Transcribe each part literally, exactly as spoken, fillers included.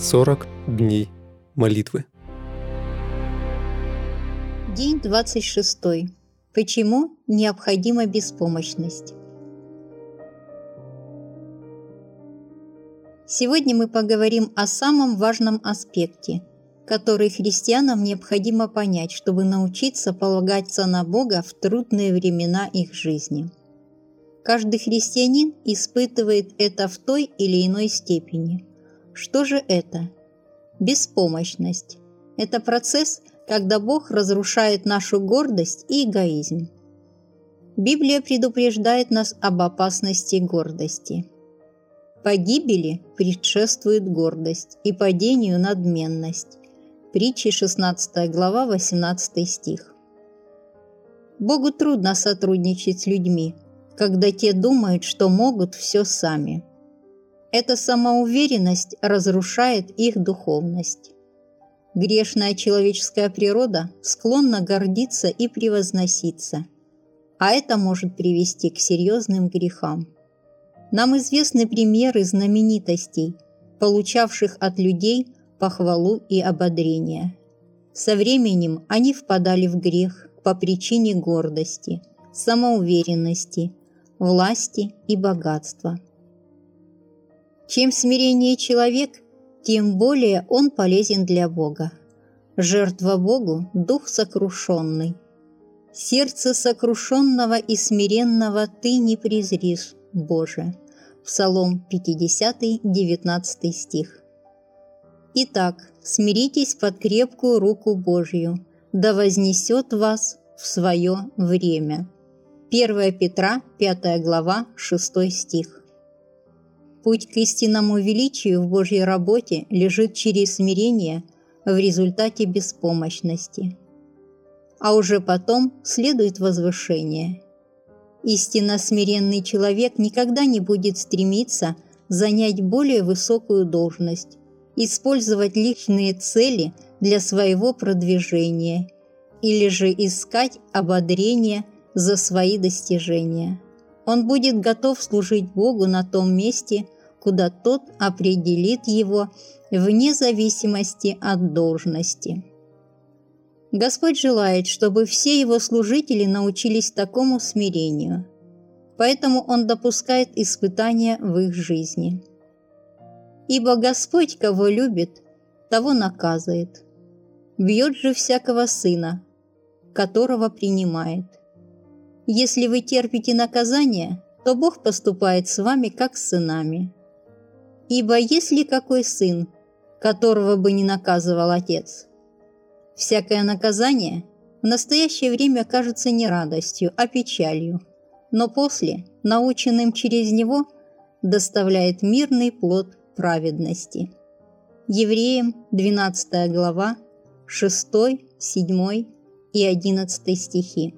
сорок дней молитвы. День двадцать шестой. Почему необходима беспомощность? Сегодня мы поговорим о самом важном аспекте, который христианам необходимо понять, чтобы научиться полагаться на Бога в трудные времена их жизни. Каждый христианин испытывает это в той или иной степени. Что же это? Беспомощность. Это процесс, когда Бог разрушает нашу гордость и эгоизм. Библия предупреждает нас об опасности гордости. Погибели предшествует гордость и падению надменность. Притчи шестнадцатая глава, восемнадцатый стих. Богу трудно сотрудничать с людьми, когда те думают, что могут все сами. Эта самоуверенность разрушает их духовность. Грешная человеческая природа склонна гордиться и превозноситься, а это может привести к серьезным грехам. Нам известны примеры знаменитостей, получавших от людей похвалу и ободрение. Со временем они впадали в грех по причине гордости, самоуверенности, власти и богатства. Чем смиреннее человек, тем более он полезен для Бога. Жертва Богу – дух сокрушенный. Сердце сокрушенного и смиренного ты не презришь, Боже. Псалом пятидесятый, девятнадцатый стих. Итак, смиритесь под крепкую руку Божью, да вознесет вас в свое время. первое Петра, пятая глава, шестой стих. Путь к истинному величию в Божьей работе лежит через смирение в результате беспомощности. А уже потом следует возвышение. Истинно смиренный человек никогда не будет стремиться занять более высокую должность, использовать личные цели для своего продвижения или же искать ободрение за свои достижения. Он будет готов служить Богу на том месте, куда Тот определит его вне зависимости от должности. Господь желает, чтобы все Его служители научились такому смирению, поэтому Он допускает испытания в их жизни. Ибо Господь, кого любит, того наказывает, бьет же всякого сына, которого принимает. Если вы терпите наказание, то Бог поступает с вами, как с сынами. Ибо есть ли какой сын, которого бы не наказывал отец? Всякое наказание в настоящее время кажется не радостью, а печалью, но после, наученным через него, доставляет мирный плод праведности. Евреям двенадцатая глава, шестой, седьмой и одиннадцатый стихи.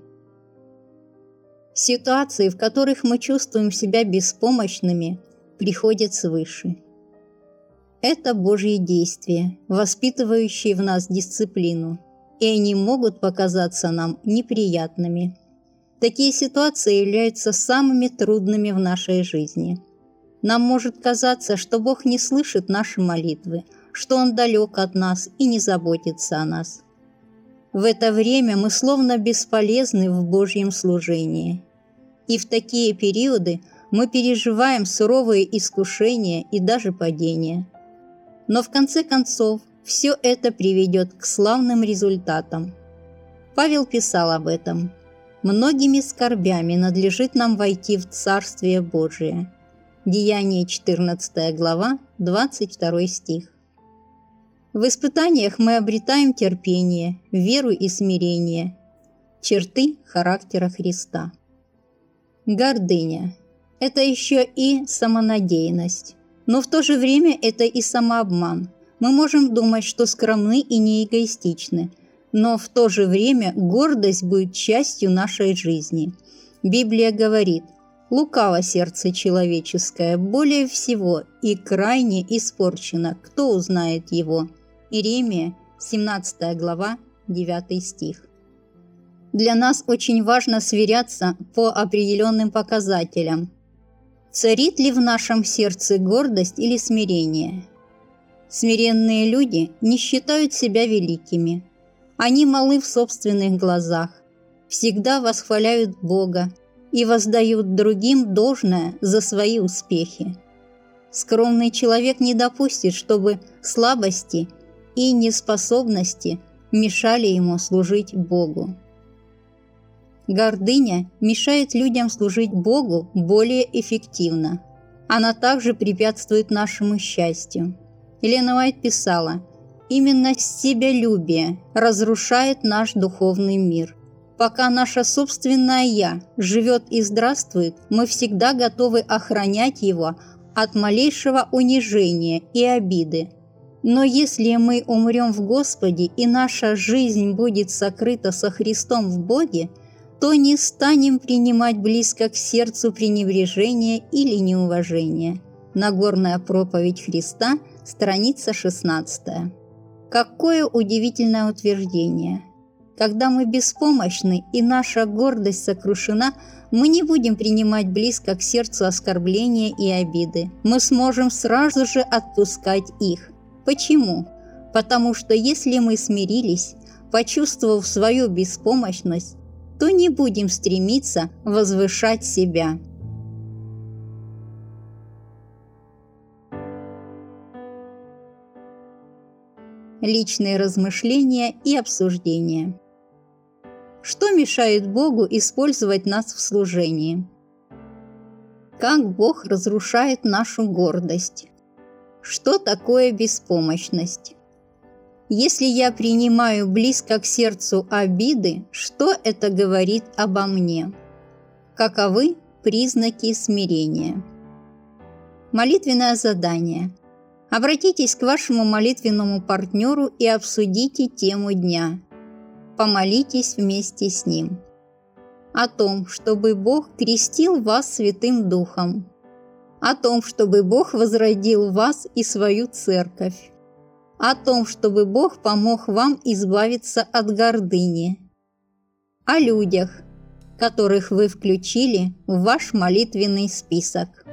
Ситуации, в которых мы чувствуем себя беспомощными, приходят свыше. Это Божьи действия, воспитывающие в нас дисциплину, и они могут показаться нам неприятными. Такие ситуации являются самыми трудными в нашей жизни. Нам может казаться, что Бог не слышит наши молитвы, что Он далек от нас и не заботится о нас. В это время мы словно бесполезны в Божьем служении. И в такие периоды мы переживаем суровые искушения и даже падения. Но в конце концов все это приведет к славным результатам. Павел писал об этом. «Многими скорбями надлежит нам войти в Царствие Божие». Деяния четырнадцатая глава, двадцать второй стих. В испытаниях мы обретаем терпение, веру и смирение, черты характера Христа. Гордыня – это еще и самонадеянность. Но в то же время это и самообман. Мы можем думать, что скромны и не эгоистичны, но в то же время гордость будет частью нашей жизни. Библия говорит: «Лукаво сердце человеческое более всего и крайне испорчено. Кто узнает его?» Иеремия, семнадцатая глава, девятый стих. Для нас очень важно сверяться по определенным показателям. Царит ли в нашем сердце гордость или смирение? Смиренные люди не считают себя великими. Они малы в собственных глазах, всегда восхваляют Бога и воздают другим должное за свои успехи. Скромный человек не допустит, чтобы слабости и неспособности мешали ему служить Богу. Гордыня мешает людям служить Богу более эффективно. Она также препятствует нашему счастью. Елена Уайт писала: «Именно себялюбие разрушает наш духовный мир. Пока наше собственное «я» живет и здравствует, мы всегда готовы охранять его от малейшего унижения и обиды. Но если мы умрем в Господе и наша жизнь будет сокрыта со Христом в Боге, то не станем принимать близко к сердцу пренебрежение или неуважение». Нагорная проповедь Христа, страница шестнадцатая. Какое удивительное утверждение! Когда мы беспомощны и наша гордость сокрушена, мы не будем принимать близко к сердцу оскорбления и обиды. Мы сможем сразу же отпускать их. Почему? Потому что если мы смирились, почувствовав свою беспомощность, то не будем стремиться возвышать себя. Личные размышления и обсуждения. Что мешает Богу использовать нас в служении? Как Бог разрушает нашу гордость? Что такое беспомощность? Если я принимаю близко к сердцу обиды, что это говорит обо мне? Каковы признаки смирения? Молитвенное задание. Обратитесь к вашему молитвенному партнеру и обсудите тему дня. Помолитесь вместе с ним. О том, чтобы Бог крестил вас Святым Духом. О том, чтобы Бог возродил вас и свою церковь. О том, чтобы Бог помог вам избавиться от гордыни. О людях, которых вы включили в ваш молитвенный список.